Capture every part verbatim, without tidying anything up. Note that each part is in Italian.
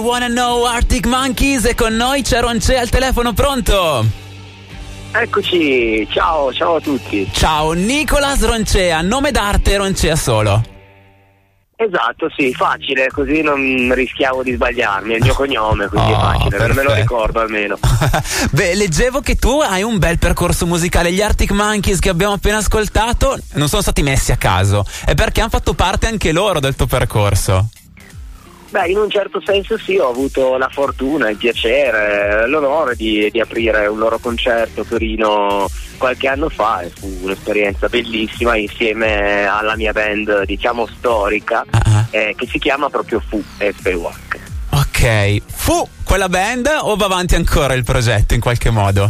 Wanna Know Arctic Monkeys e con noi c'è Roncea al telefono, pronto? Eccoci, ciao, ciao a tutti. Ciao, Nicolas Roncea, nome d'arte Roncea solo. Esatto, sì, facile, così non rischiavo di sbagliarmi, è il mio cognome, quindi Oh, è facile, perfetto. me lo ricordo almeno. Beh, leggevo che tu hai un bel percorso musicale. Gli Arctic Monkeys che abbiamo appena ascoltato non sono stati messi a caso, è perché hanno fatto parte anche loro del tuo percorso. Beh, in un certo senso sì, ho avuto la fortuna, il piacere, l'onore di, di aprire un loro concerto a Torino qualche anno fa e fu un'esperienza bellissima insieme alla mia band, diciamo, storica, uh-huh. eh, che si chiama proprio Fu, F U H. Ok, fu quella band o va avanti ancora il progetto in qualche modo?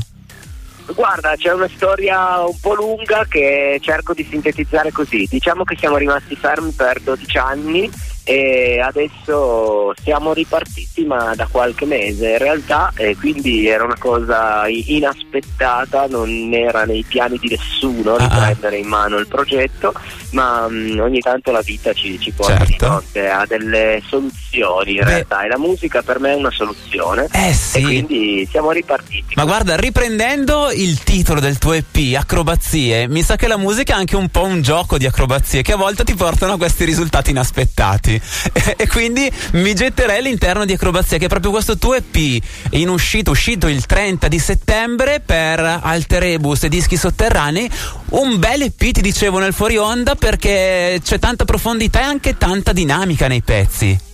Guarda, c'è una storia un po' lunga che cerco di sintetizzare così. Diciamo che siamo rimasti fermi per dodici anni e adesso siamo ripartiti ma da qualche mese in realtà, e quindi era una cosa inaspettata, non era nei piani di nessuno riprendere in mano il progetto, ma um, ogni tanto la vita ci, ci porta certo. di fronte a delle soluzioni in Beh. realtà, e la musica per me è una soluzione, eh sì. e quindi siamo ripartiti. Ma guarda, riprendendo il titolo del tuo E P, Acrobazie, mi sa che la musica è anche un po' un gioco di acrobazie che a volte ti portano a questi risultati inaspettati. E quindi mi getterei all'interno di Acrobazie, che è proprio questo tuo E P in uscito, uscito il trenta di settembre per Alterebus e Dischi Sotterranei. Un bel E P, ti dicevo nel fuori onda, perché c'è tanta profondità e anche tanta dinamica nei pezzi.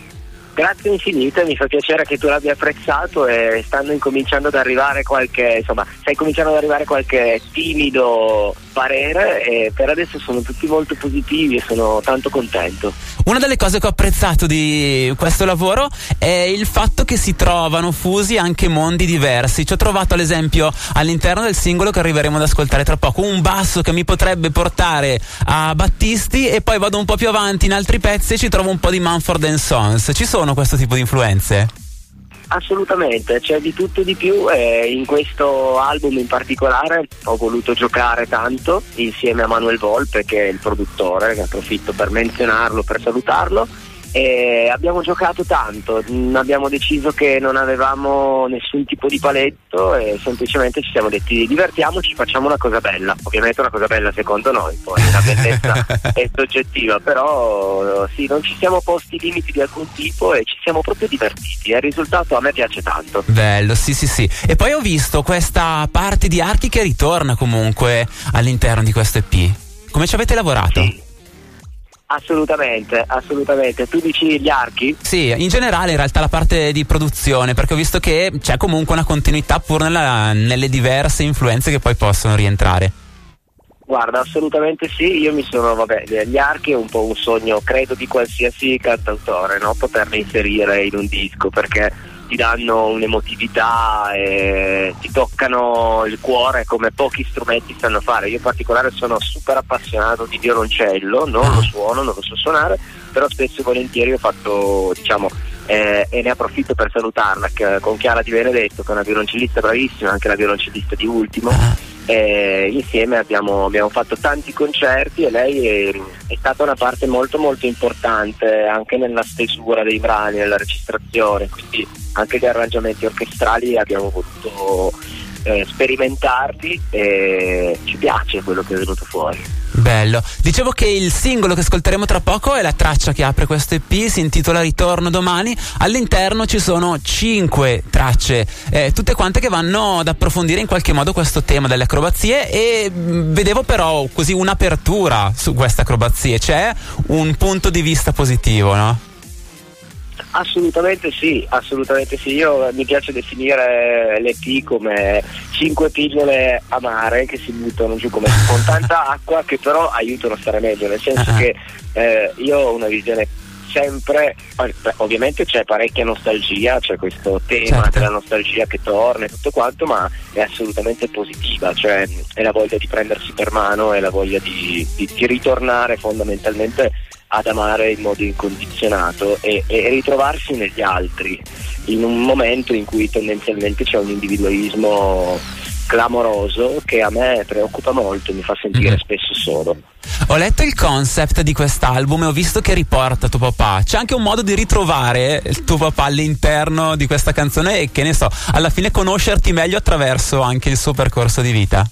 Grazie infinite, mi fa piacere che tu l'abbia apprezzato, e stanno incominciando ad arrivare qualche, insomma, stai cominciando ad arrivare qualche timido parere, e per adesso sono tutti molto positivi e sono tanto contento. Una delle cose che ho apprezzato di questo lavoro è il fatto che si trovano fusi anche mondi diversi. Ci ho trovato ad esempio all'interno del singolo che arriveremo ad ascoltare tra poco un basso che mi potrebbe portare a Battisti, e poi vado un po' più avanti in altri pezzi e ci trovo un po' di Mumford and Sons. Ci sono questo tipo di influenze? Assolutamente, c'è di tutto e di più, e in questo album in particolare ho voluto giocare tanto insieme a Manuel Volpe, che è il produttore, che approfitto per menzionarlo, per salutarlo, e abbiamo giocato tanto. Abbiamo deciso che non avevamo nessun tipo di paletto e semplicemente ci siamo detti divertiamoci, facciamo una cosa bella. Ovviamente una cosa bella secondo noi, poi la bellezza è soggettiva, però sì, non ci siamo posti limiti di alcun tipo e ci siamo proprio divertiti, e il risultato a me piace tanto. Bello, sì sì sì. E poi ho visto questa parte di archi che ritorna comunque all'interno di questo E P. Come ci avete lavorato? Sì. Assolutamente, assolutamente. Tu dici gli archi? Sì, in generale in realtà la parte di produzione, perché ho visto che c'è comunque una continuità pur nella, nelle diverse influenze che poi possono rientrare. Guarda, assolutamente sì, io mi sono, vabbè, gli archi è un po' un sogno, credo, di qualsiasi cantautore, no? Poterli inserire in un disco, perché ti danno un'emotività e ti toccano il cuore come pochi strumenti sanno fare. Io in particolare sono super appassionato di violoncello, non lo suono, non lo so suonare, però spesso e volentieri ho fatto, diciamo, eh, e ne approfitto per salutarla, che, con Chiara Di Benedetto, che è una violoncellista bravissima, anche la violoncellista di Ultimo. E insieme abbiamo, abbiamo fatto tanti concerti, e lei è, è stata una parte molto molto importante anche nella stesura dei brani, nella registrazione, quindi anche gli arrangiamenti orchestrali abbiamo voluto eh, sperimentarli, e ci piace quello che è venuto fuori. Bello. Dicevo che il singolo che ascolteremo tra poco è la traccia che apre questo E P, si intitola Ritorno domani. All'interno ci sono cinque tracce, eh, tutte quante che vanno ad approfondire in qualche modo questo tema delle acrobazie, e mh, vedevo però così un'apertura su queste acrobazie, c'è un punto di vista positivo, no? Assolutamente sì, assolutamente sì. Io mi piace definire l'E P come cinque pillole amare che si buttano giù come con tanta acqua, che però aiutano a stare meglio, nel senso uh-huh. che eh, io ho una visione sempre, ovviamente c'è parecchia nostalgia, c'è questo tema certo. della nostalgia che torna e tutto quanto, ma è assolutamente positiva, cioè è la voglia di prendersi per mano, è la voglia di, di, di ritornare fondamentalmente ad amare in modo incondizionato e, e ritrovarsi negli altri in un momento in cui tendenzialmente c'è un individualismo clamoroso che a me preoccupa molto e mi fa sentire mm-hmm. spesso solo. Ho letto il concept di quest'album e ho visto che riporta tuo papà. C'è anche un modo di ritrovare il tuo papà all'interno di questa canzone e, che ne so, alla fine conoscerti meglio attraverso anche il suo percorso di vita?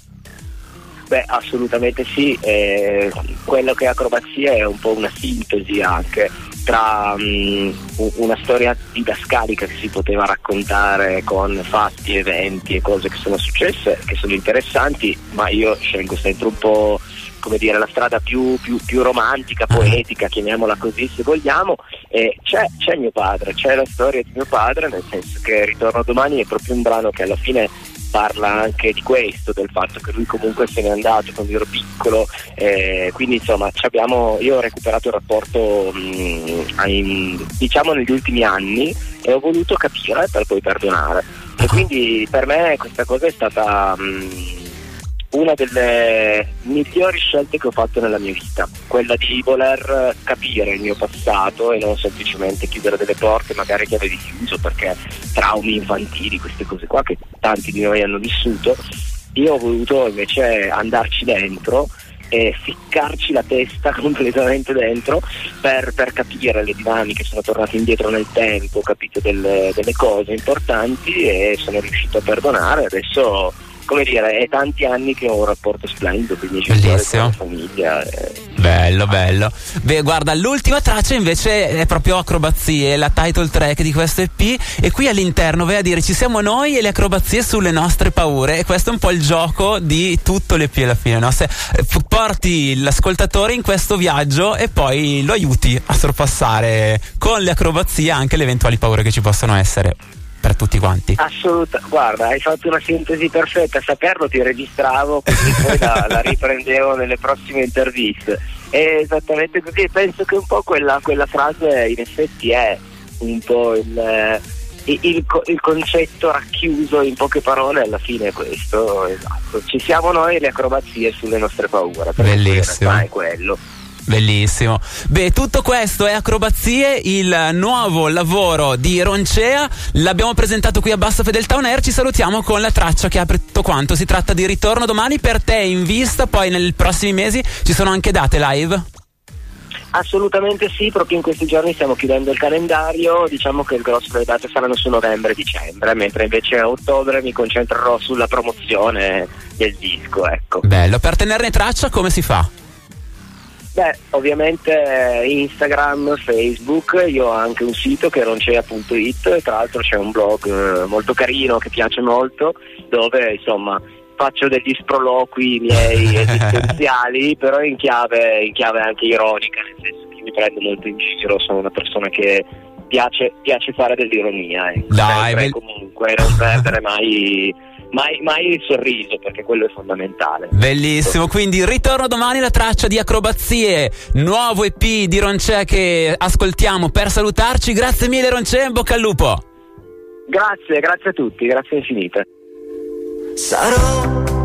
Beh, assolutamente sì, eh, quello che è Acrobazia è un po' una sintesi anche tra um, una storia didascalica che si poteva raccontare con fatti, eventi e cose che sono successe, che sono interessanti, ma io scelgo sempre un po', come dire, la strada più, più, più romantica, poetica, chiamiamola così se vogliamo, e c'è, c'è mio padre, c'è la storia di mio padre, nel senso che Ritorno domani è proprio un brano che alla fine parla anche di questo, del fatto che lui comunque se n'è andato quando ero piccolo, eh, quindi insomma abbiamo, io ho recuperato il rapporto mh, in, diciamo negli ultimi anni e ho voluto capire per poi perdonare, e quindi per me questa cosa è stata mh, una delle migliori scelte che ho fatto nella mia vita, quella di voler capire il mio passato e non semplicemente chiudere delle porte magari che avevi chiuso perché traumi infantili, queste cose qua che tanti di noi hanno vissuto. Io ho voluto invece andarci dentro e ficcarci la testa completamente dentro per, per capire le dinamiche. Sono tornato indietro nel tempo, ho capito delle, delle cose importanti e sono riuscito a perdonare. Adesso, come dire, è tanti anni che ho un rapporto splendido con i miei genitori, con la famiglia. Eh. Bello, bello. Beh, guarda, l'ultima traccia invece è proprio Acrobazie, la title track di questo E P, e qui all'interno vai a dire ci siamo noi e le acrobazie sulle nostre paure, e questo è un po' il gioco di tutto l'E P alla fine, no? Se porti l'ascoltatore in questo viaggio e poi lo aiuti a sorpassare con le acrobazie anche le eventuali paure che ci possono essere per tutti quanti. Assoluta, guarda, hai fatto una sintesi perfetta, a saperlo ti registravo così poi la, la riprendevo nelle prossime interviste. È esattamente così, penso che un po' quella, quella frase in effetti è un po' il, il, il, il concetto racchiuso in poche parole, alla fine è questo, esatto. Ci siamo noi e le acrobazie sulle nostre paure. Bellissimo. È quello. Bellissimo. Beh, tutto questo è Acrobazie, il nuovo lavoro di Roncea. L'abbiamo presentato qui a Bassa Fedeltà On Air. Ci salutiamo con la traccia che apre tutto quanto. Si tratta di Ritorno domani, per te in vista. Poi nei prossimi mesi ci sono anche date live? Assolutamente sì, proprio in questi giorni stiamo chiudendo il calendario. Diciamo che il grosso delle date saranno su novembre e dicembre, mentre invece a ottobre mi concentrerò sulla promozione del disco, ecco. Bello, per tenerne traccia come si fa? Beh, ovviamente Instagram, Facebook, io ho anche un sito che è roncea punto it, e tra l'altro c'è un blog eh, molto carino che piace molto, dove insomma faccio degli sproloqui miei esistenziali, però in chiave, in chiave anche ironica, nel senso che mi prendo molto in giro, sono una persona che piace, piace fare dell'ironia, eh. Dai, sempre, bel... comunque non perdere mai... Mai, mai il sorriso, perché quello è fondamentale. Bellissimo, quindi Ritorno domani, la traccia di Acrobazie, nuovo E P di Roncea che ascoltiamo per salutarci. Grazie mille Roncea, in bocca al lupo. Grazie, grazie a tutti, grazie infinite. Sarò